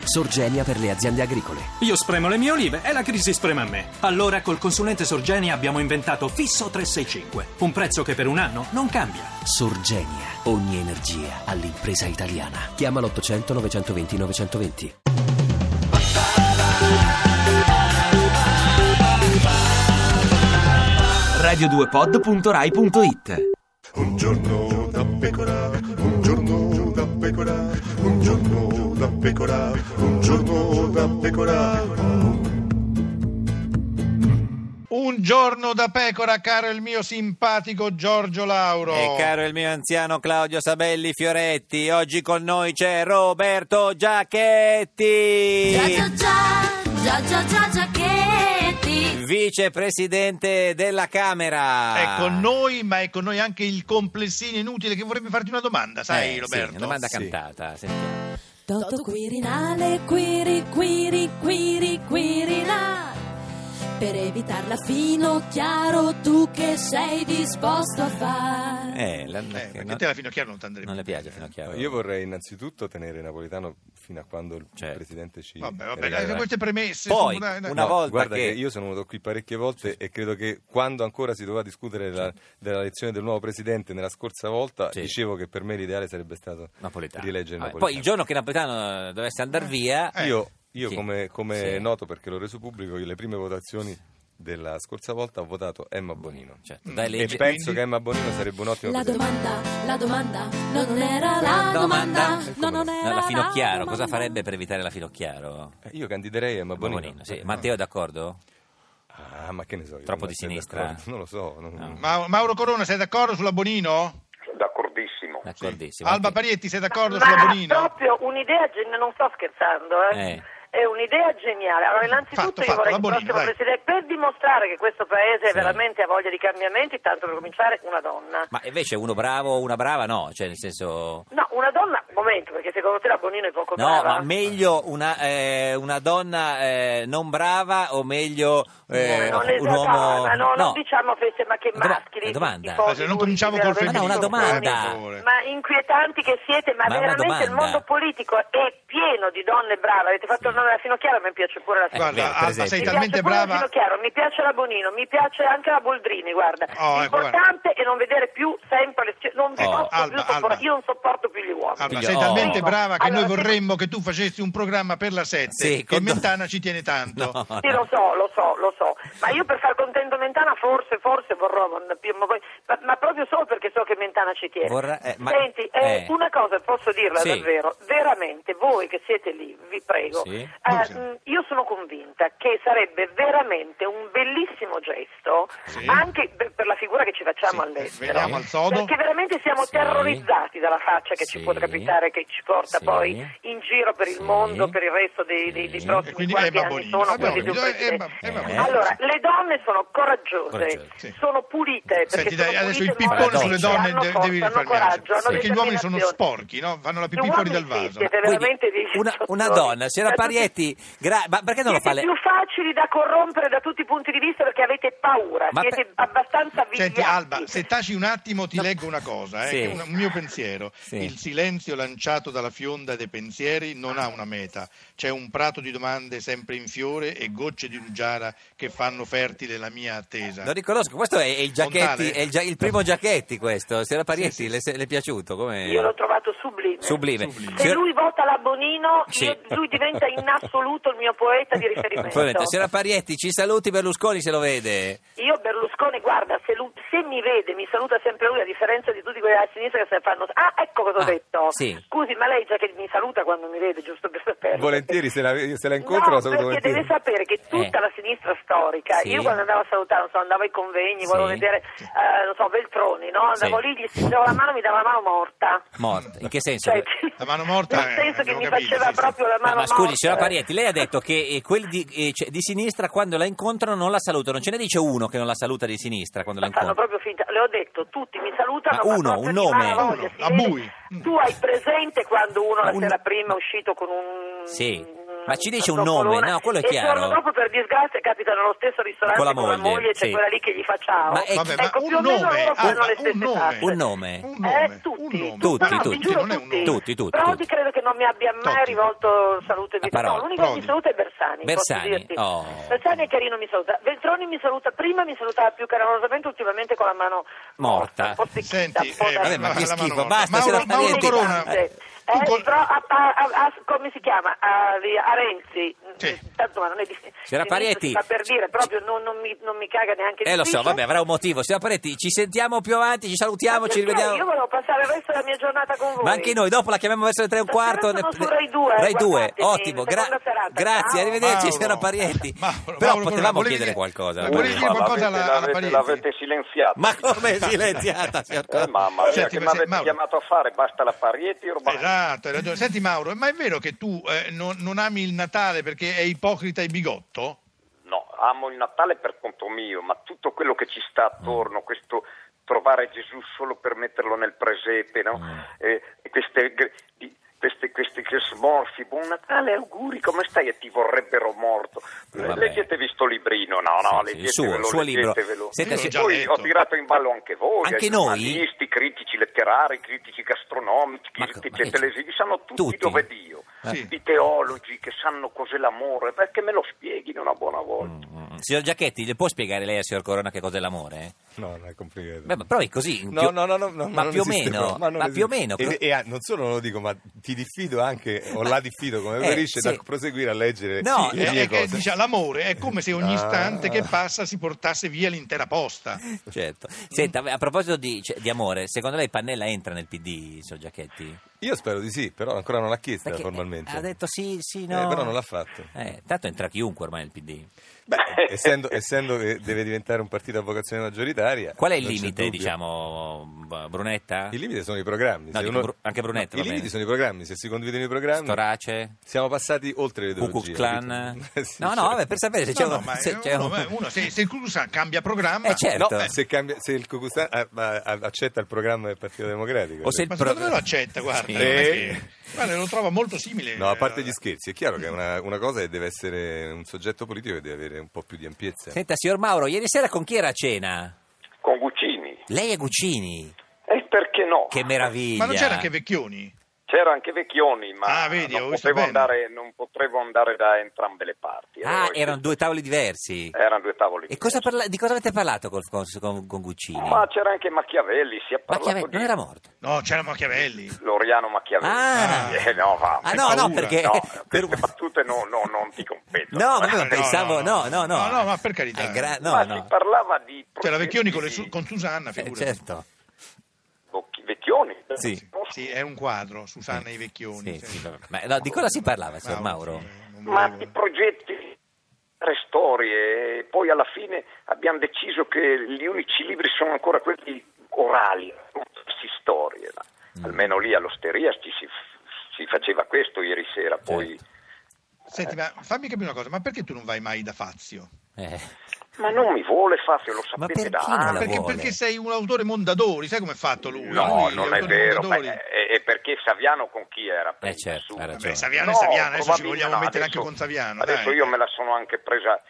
Sorgenia per le aziende agricole. Io spremo le mie olive e la crisi sprema me. Allora col consulente Sorgenia abbiamo inventato Fisso 365, un prezzo che per un anno non cambia. Sorgenia, ogni energia all'impresa italiana. Chiama l'800 920 920. radio2pod.rai.it. Un giorno da pecora, un giorno da pecora, un giorno da pecora, un giorno da pecora. Un giorno da pecora, caro il mio simpatico Giorgio Lauro. E caro il mio anziano Claudio Sabelli Fioretti. Oggi con noi c'è Roberto Giachetti. Giachetti. Vicepresidente della Camera. È con noi, ma è con noi anche il complessino inutile che vorrebbe farti una domanda, sai Roberto? Sì, una domanda cantata, sentiamo. Toto Quirinale, Quirinale. Per evitarla fino chiaro, tu che sei disposto a fare? Perché te la Finocchiaro non ti andrebbe. Non le piace Finocchiaro. Io vorrei innanzitutto tenere Napolitano fino a quando il Presidente ci... Vabbè, queste premesse... Poi, dai. una volta guarda che... io sono venuto qui parecchie volte e credo che quando ancora si doveva discutere della elezione del nuovo Presidente nella scorsa volta, dicevo che per me l'ideale sarebbe stato rieleggere Napolitano. Poi il giorno che Napolitano dovesse andare via... Io come è noto, perché l'ho reso pubblico, le prime votazioni della scorsa volta ho votato Emma Bonino. Certo. E penso che Emma Bonino sarebbe un ottimo presidente. La domanda, no, non era la domanda, no, non era la Finocchiaro, domanda. cosa farebbe per evitare la Finocchiaro? Io candiderei Emma Bonino. Sì. Matteo è d'accordo? Ma che ne so io. Troppo di sinistra? Non lo so. Mauro Corona, sei d'accordo sulla Bonino? D'accordissimo. Alba Parietti, sei d'accordo sulla Bonino? Ma proprio un'idea, non sto scherzando, È un'idea geniale. Allora, innanzitutto io vorrei che il prossimo Presidente, per dimostrare che questo Paese veramente ha voglia di cambiamenti, tanto per cominciare, una donna. Ma invece uno bravo o una brava no? Cioè, nel senso... No, una donna, momento, perché secondo te la Bonino è poco brava? No, ma meglio una donna non brava o meglio un uomo... Non diciamo feste, ma che maschili. Una domanda. Non cominciamo col femminismo. Una domanda. Ma inquietanti che siete, ma veramente il mondo politico è pieno di donne brave. Avete fatto il nome della Finocchiaro, a me piace pure la Finocchiaro. Guarda, Alba, sei mi talmente piace brava. Mi piace la Bonino, mi piace anche la Boldrini, guarda. L'importante è non vedere più sempre io non sopporto più gli uomini. Alba, sei talmente brava che noi vorremmo che tu facessi un programma per la 7 che Mentana ci tiene tanto. No. Sì, lo so. Ma io per far contento Mentana forse vorrò più, ma proprio solo perché so che Mentana ci tiene. Senti, una cosa posso dirla davvero, veramente, voi che siete lì, vi prego, io sono convinta che sarebbe veramente un bellissimo gesto, anche per la figura che ci facciamo all'estero, perché veramente siamo terrorizzati dalla faccia che ci può capitare, che ci porta poi in giro per il mondo, per il resto dei prossimi quanti anni sono quelli di un presidente. Allora, le donne sono coraggiose, sono pulite. Senti, dai, adesso il pippone sulle donne devi risparmiarsi, perché gli uomini sono sporchi, no? Fanno la pipì fuori dal vaso. Una donna, signora Parietti, ma perché non lo fa lei? Siete più facili da corrompere da tutti i punti di vista perché avete paura, siete abbastanza vigliacchi. Senti Alba, se taci un attimo ti leggo una cosa, che è un mio pensiero. Il silenzio lanciato dalla fionda dei pensieri non ha una meta. C'è un prato di domande sempre in fiore e gocce di rugiada che fanno fertile la mia attesa. Lo riconosco, questo è il Giachetti, è il primo Giachetti questo. Signora Parietti, le è piaciuto? Io l'ho trovato sublime. Se lui vota la Bonino, lui diventa in assoluto il mio poeta di riferimento. Signora Parietti, ci saluti Berlusconi se lo vede. Io Berlusconi, guarda, se mi vede, mi saluta sempre lui, a differenza di tutti quelli della sinistra che se fanno... ecco cosa ho detto. Scusi, ma lei già che mi saluta quando mi vede, giusto per sapere. Volentieri, se la incontro la saluto volentieri. Perché deve sapere che tutta la sinistra storica, io quando andavo a salutare, andavo ai convegni, volevo vedere, Veltroni, no? Andavo lì, gli stringevo la mano, mi dava la mano morta. Morta? In che senso? La mano morta? Nel senso che mi faceva proprio la mano morta. Ma scusi, signora Parietti, lei ha detto che quelli di sinistra quando la incontrano non la salutano. Ce ne dice uno che non la saluta di sinistra quando la incontra? Fanno proprio finta. Le ho detto, tutti mi salutano. Ma un nome? A Bui. Tu hai presente quando uno la sera prima è uscito con un Ma ci dice un nome? No, quello è chiaro. E il giorno dopo, per disgrazia, capita nello stesso ristorante con la moglie, c'è quella lì che gli fa ciao. Ma ecco, più o meno loro fanno le stesse tasse. Un nome? Tutti. Prodi credo che non mi abbia mai rivolto salute e vita. No, l'unico che mi saluta è Bersani. Bersani è carino, mi saluta. Veltroni mi saluta, prima mi salutava più calorosamente, ultimamente con la mano morta. Senti, ma che schifo, basta, Mauro Corona. Come si chiama? A Renzi. Tanto, ma non è di signora Parietti, sta per dire, proprio non mi caga neanche di lo so, vabbè, avrà un motivo. Signora Parietti, ci sentiamo più avanti, ci salutiamo, ci rivediamo. Io volevo passare il resto della mia giornata con voi. Ma anche noi, dopo la chiamiamo verso le 3:15. Sono su Rai 2. Rai 2, ottimo, grazie, arrivederci signora Parietti. Però potevamo chiedere qualcosa. Volevi dire qualcosa alla Parietti? L'avete silenziata. Ma come silenziata, signor mamma mia, che mi avete chiamato a fare? Basta la Parietti ormai. Esatto, hai ragione. Senti Mauro, ma è vero che tu non ami il Natale perché è ipocrita e bigotto? No, amo il Natale per conto mio, ma tutto quello che ci sta attorno, questo trovare Gesù solo per metterlo nel presepe, no? Questi che smorfi, buon Natale, auguri, come stai? E ti vorrebbero morto. Leggetevi sto librino, leggetevelo, suo libro. Poi ho tirato in ballo anche voi, anche noi? giornalisti, critici letterari, critici gastronomici, critici televisivi, sanno tutti dove Dio. I teologi che sanno cos'è l'amore, perché me lo spieghino una buona volta. Signor Giacchetti, le può spiegare lei a signor Corona che cos'è l'amore? No, non è complicato. Beh, ma provi così. No, ma più o meno. Più o meno. E non solo non lo dico, ma ti diffido anche, o la diffido come preferisce, da proseguire a leggere le mie cose. Dice, l'amore è come se ogni istante che passa si portasse via l'intera posta. Certo. Senta, a proposito di amore, secondo lei Pannella entra nel PD, signor Giacchetti? Io spero di sì, però ancora non l'ha chiesta formalmente. Ha detto sì, no. Però non l'ha fatto. Tanto entra chiunque ormai nel PD. Beh, essendo che deve diventare un partito a vocazione maggioritaria. Qual è il limite, diciamo, Brunetta? Il limite sono i programmi. Anche Brunetta. I limiti sono i programmi, se si condividono i programmi. Storace. Siamo passati oltre le ideologie. Ku Klux Klan. Vabbè, per sapere se c'è uno. Se il Ku Klux Klan cambia programma. Certo. No, se il Ku Klux Klan accetta il programma del Partito Democratico. Ma secondo me lo accetta, guarda. Guarda, lo trovo molto simile. No, a parte gli scherzi, è chiaro che una cosa deve essere un soggetto politico che deve avere un po' più di ampiezza. Senta, signor Mauro, ieri sera con chi era a cena? Con Guccini. Lei è Guccini? E perché no? Che meraviglia. Ma non c'era anche Vecchioni? C'era anche Vecchioni, ma non potevo andare da entrambe le parti. Erano due tavoli diversi? Erano due tavoli diversi. Di cosa avete parlato con Guccini? Ma c'era anche Machiavelli, si è parlato non era morto? No, c'era Machiavelli. Floriano Machiavelli. No, perché... Per battute non ti competono. No, ma pensavo... No, ma per carità. Si parlava di... C'era Vecchioni con Susanna, figurati. Certo. Vecchioni? Sì, è un quadro, Susanna e i Vecchioni. Sì. Ma di cosa si parlava, signor Mauro? Ma di progetti, storie, poi alla fine abbiamo deciso che gli unici libri sono ancora quelli orali, storie. Almeno lì all'Osteria si faceva questo ieri sera, poi... Senti, ma fammi capire una cosa, ma perché tu non vai mai da Fazio? Ma non mi vuole Fazio, lo sapete da anni. Perché sei un autore Mondadori, sai com'è fatto lui? No, non è vero, è perché Saviano con chi era? Certo, Saviano è Saviano, adesso ci vogliamo mettere anche con Saviano. Adesso io me la sono anche presa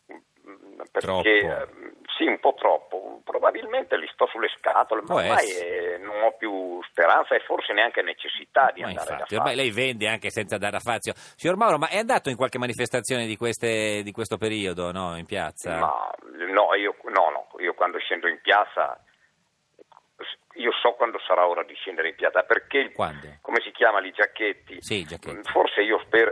perché sì, un po' troppo, probabilmente li sto sulle scatole, ma ormai non ho più speranza e forse neanche necessità di andare da Fazio. Ormai lei vende anche senza andare a Fazio. Signor Mauro, ma è andato in qualche manifestazione di questo periodo, no, in piazza? No, io quando scendo in piazza, io so quando sarà ora di scendere in piazza, perché quando? Come si chiama lì, Giacchetti? Sì, Giacchetti. Forse io spero...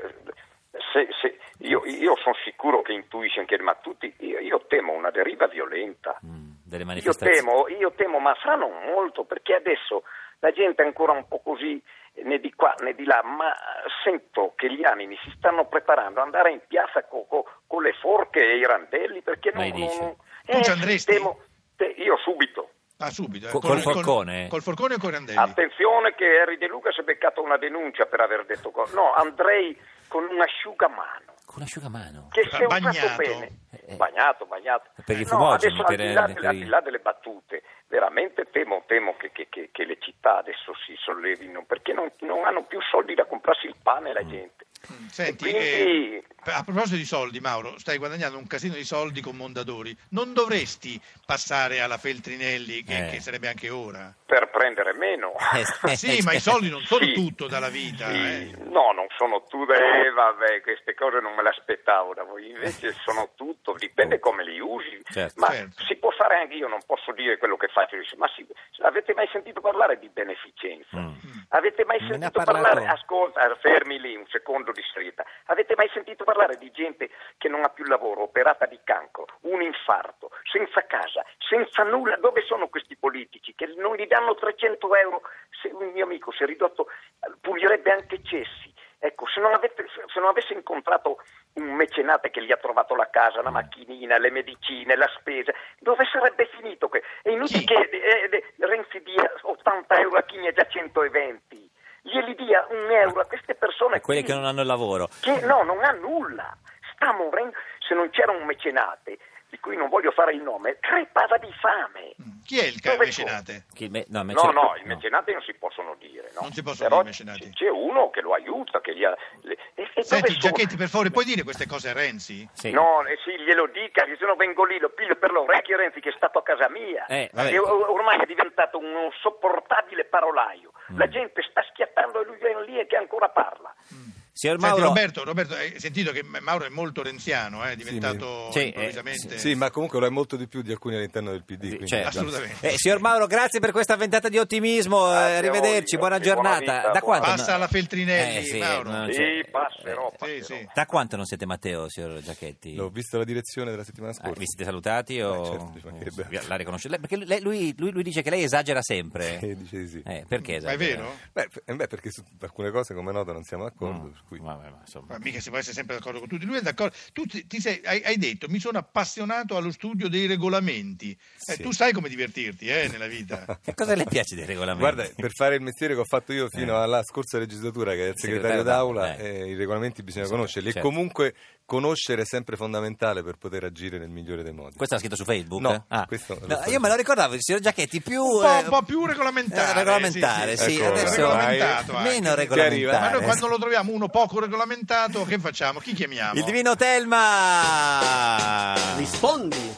Io sono sicuro che intuisce anche, ma io temo una deriva violenta. Delle manifestazioni. Io temo, ma fra non molto, perché adesso la gente è ancora un po' così, né di qua né di là, ma sento che gli animi si stanno preparando ad andare in piazza con le forche e i randelli, perché non tu ci andresti? Io subito. Subito. Col forcone? Col forcone o con i randelli? Attenzione che Henry De Luca si è beccato una denuncia per aver detto no, andrei con un asciugamano. Con l'asciugamano? Che se usato bene. Bagnato. Per i fumogeni. Adesso al di là delle battute, veramente temo che le città adesso si sollevino, perché non hanno più soldi da comprarsi il pane la gente. Senti, quindi... a proposito di soldi, Mauro, stai guadagnando un casino di soldi con Mondadori. Non dovresti passare alla Feltrinelli, che sarebbe anche ora? Per prendere meno. Sì, ma i soldi non sono tutto dalla vita. No, non sono tutto. Vabbè, queste cose non me le aspettavo da voi. Invece sono tutto, dipende come li usi. Ma si può fare anche, io non posso dire quello che faccio. Ma avete mai sentito parlare di beneficenza? Avete mai sentito parlare? Ascolta, fermi lì un secondo di stretta. Avete mai sentito parlare di gente che non ha più lavoro, operata di cancro, un infarto, senza casa, senza nulla? Dove sono questi politici che non gli danno 300 euro? Se un mio amico si è ridotto, pulirebbe anche cessi. Ecco, se non avesse incontrato un mecenate che gli ha trovato la casa, la macchinina, le medicine, la spesa, dove sarebbe finito? È inutile che Renzi dia 80 euro a chi ne ha già 120. Glieli dia €1 a queste persone. Quelli che non hanno il lavoro. Che non ha nulla. Sta morendo. Se non c'era un mecenate, di cui non voglio fare il nome, crepava di fame. Chi è il mecenate? No, i mecenati non si possono dire. No? Non si possono dire mecenati. C'è uno che lo aiuta, che gli ha... Senti, Giacchetti, per favore, puoi dire queste cose a Renzi? Sì. No, sì, glielo dica, che se no vengo lì, lo piglio per l'orecchio Renzi, che è stato a casa mia. E ormai è diventato un sopportabile parolaio. La gente sta schiattando e lui viene lì e che ancora parla. Signor Mauro... Senti, Roberto, hai sentito che Mauro è molto renziano, è diventato improvvisamente... Sì, ma comunque lo è molto di più di alcuni all'interno del PD. Certo. Assolutamente. Signor Mauro, grazie per questa ventata di ottimismo, arrivederci, buona giornata. Da quanto? Passa alla Feltrinelli, Mauro. Passerò. Da quanto non siete Matteo, signor Giacchetti? L'ho visto la direzione della settimana scorsa. Vi siete salutati o... Certo, la riconosce? Perché lui dice che lei esagera sempre. Dice di sì. Perché esagera? Ma è vero? Perché su alcune cose, come noto, non siamo d'accordo, per cui... Ma mica si può essere sempre d'accordo con tutti. Lui è d'accordo. Tu hai detto: mi sono appassionato allo studio dei regolamenti. Tu sai come divertirti nella vita. Che cosa le piace dei regolamenti? Guarda, per fare il mestiere che ho fatto io fino alla scorsa legislatura, che è il segretario d'aula, i regolamenti bisogna conoscerli. E comunque conoscere è sempre fondamentale per poter agire nel migliore dei modi. Questo l'ha scritto su Facebook? No, io me lo ricordavo, il signor Giacchetti un po' più regolamentare. Regolamentare, sì. Ecco, Adesso meno regolamentare. Ma noi quando lo troviamo uno poco regolamentato, che facciamo? Chi chiamiamo? Il divino Telma! Rispondi.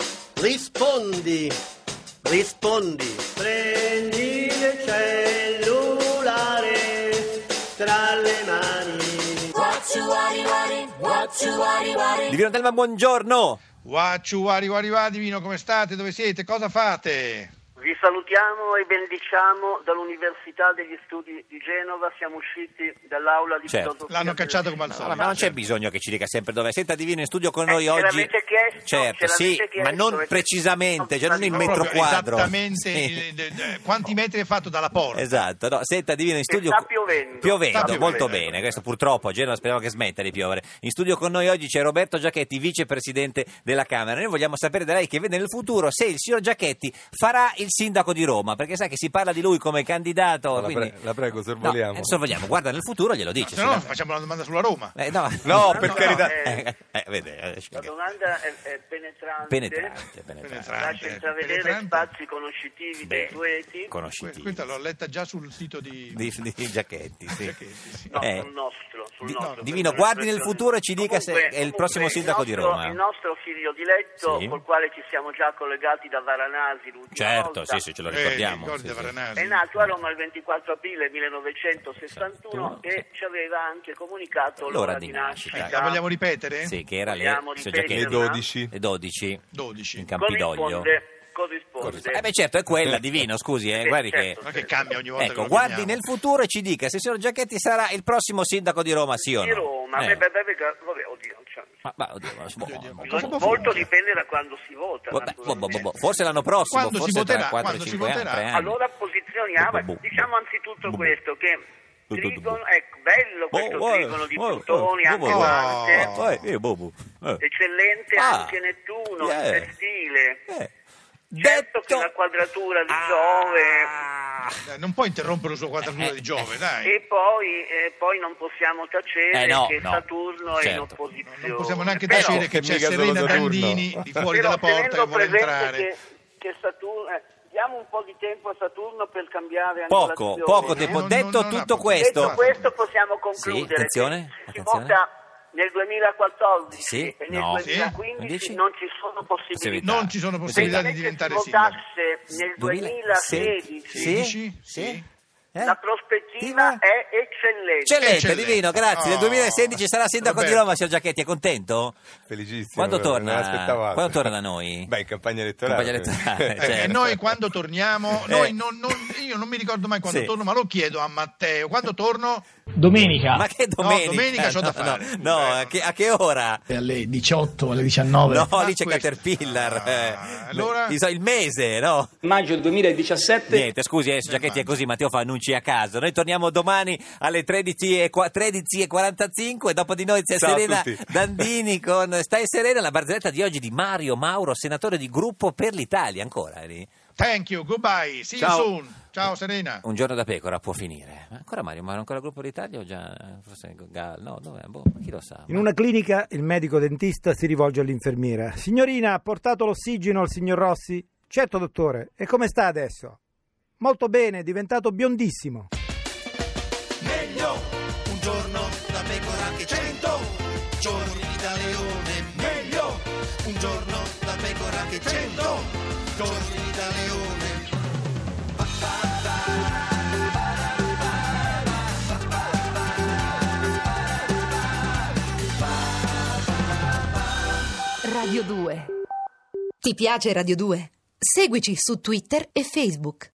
Prendi il cellulare tra le mani. Divino Telma, buongiorno! Divino, come state? Dove siete? Cosa fate? Vi salutiamo e benediciamo dall'Università degli Studi di Genova, siamo usciti dall'aula di filosofia. L'hanno cacciato come al solito. Ma non c'è bisogno che ci dica sempre dove. Senta Divino, in studio con noi oggi. L'avete chiesto? Certo, sì, ma non precisamente, cioè non il metro quadro. Esattamente, quanti metri è fatto dalla porta. Esatto, no, senta Divino, in studio... Sta piovendo. Piovendo, molto bene, questo purtroppo a Genova speriamo che smetta di piovere. In studio con noi oggi c'è Roberto Giacchetti, vicepresidente della Camera. Noi vogliamo sapere da lei, che vede nel futuro, se il signor Giacchetti farà il sindaco di Roma, perché sai che si parla di lui come candidato. La prego, sorvoliamo. Sorvoliamo, guarda, nel futuro glielo dice. Se no, facciamo una domanda sulla Roma. No, per carità. La domanda è penetrante. Lascia intravedere spazi conoscitivi dei poeti. Questa l'ho letta già sul sito di Giacchetti. Sì. No, sul nostro. Divino, guardi nel futuro e ci dica se è il prossimo sindaco di Roma. Il nostro figlio diletto, col quale ci siamo già collegati da Varanasi l'ultima Certo, volta. sì, ce lo ricordiamo. È nato a Roma il 24 aprile 1961 e ci aveva anche comunicato l'ora di nascita. La vogliamo ripetere? Sì, che era le 12. In Campidoglio. Corrisponde. Certo, è quella, Divino, scusi, guardi certo. Che cambia ogni volta. Ecco, guardi nel futuro e ci dica se il signor Giacchetti sarà il prossimo sindaco di Roma, sì o no? Di Roma, molto dipende da quando si vota. Forse l'anno prossimo, quando forse si voterà, tra 4-5 anni. Allora posizioniamo, diciamo anzitutto questo, che trigono, ecco, bello questo trigono di Plutone, anche Marte, eccellente anche Nettuno, sestile. Certo che la quadratura di Giove non può interrompere la sua quadratura di Giove, dai. E poi non possiamo tacere che Saturno è in opposizione. Non possiamo neanche tacere che c'è Serena Dandini di fuori dalla porta che vuole entrare. Che Saturno lasciamo un po' di tempo a Saturno per cambiare poco tempo. Detto tutto questo. Detto questo possiamo concludere. Sì, attenzione. Si vota nel 2014 sì, e nel 2015 non ci sono possibilità. Non ci sono possibilità di diventare sindaco. Se votasse nel 2016 la prospettiva è eccellente, divino, grazie. Nel 2016 sarà sindaco di Roma, signor Giachetti, è contento? Felicissimo. Quando torna? Non aspettavo altro. Quando torna da noi? Beh, in campagna elettorale. Certo. Noi quando torniamo, io non mi ricordo mai quando torno, ma lo chiedo a Matteo. Quando torno? Domenica. Ma che domenica? No, domenica c'ho da fare. A che ora? Alle 18, alle 19. No, lì c'è Caterpillar. Allora? Il mese, no? Maggio 2017. Niente, scusi, Giachetti, è così, Matteo fa annunci a caso. Noi torniamo domani alle 13:45, dopo di noi c'è Serena Dandini con Stai Serena, la barzelletta di oggi di Mario Mauro, senatore di Gruppo per l'Italia, ancora lì. Thank you, goodbye, see you soon. Ciao Serena. Un giorno da pecora può finire. Ancora Mario, ma ancora Gruppo d'Italia o già forse no, dov'è? Chi lo sa. In una clinica il medico dentista si rivolge all'infermiera. Signorina, ha portato l'ossigeno al signor Rossi? Certo dottore, e come sta adesso? Molto bene, è diventato biondissimo. Meglio un giorno da pecora che 100 giorni da leone. Meglio un giorno da pecora che 100 giorni da leone. Radio 2. Ti piace Radio 2? Seguici su Twitter e Facebook.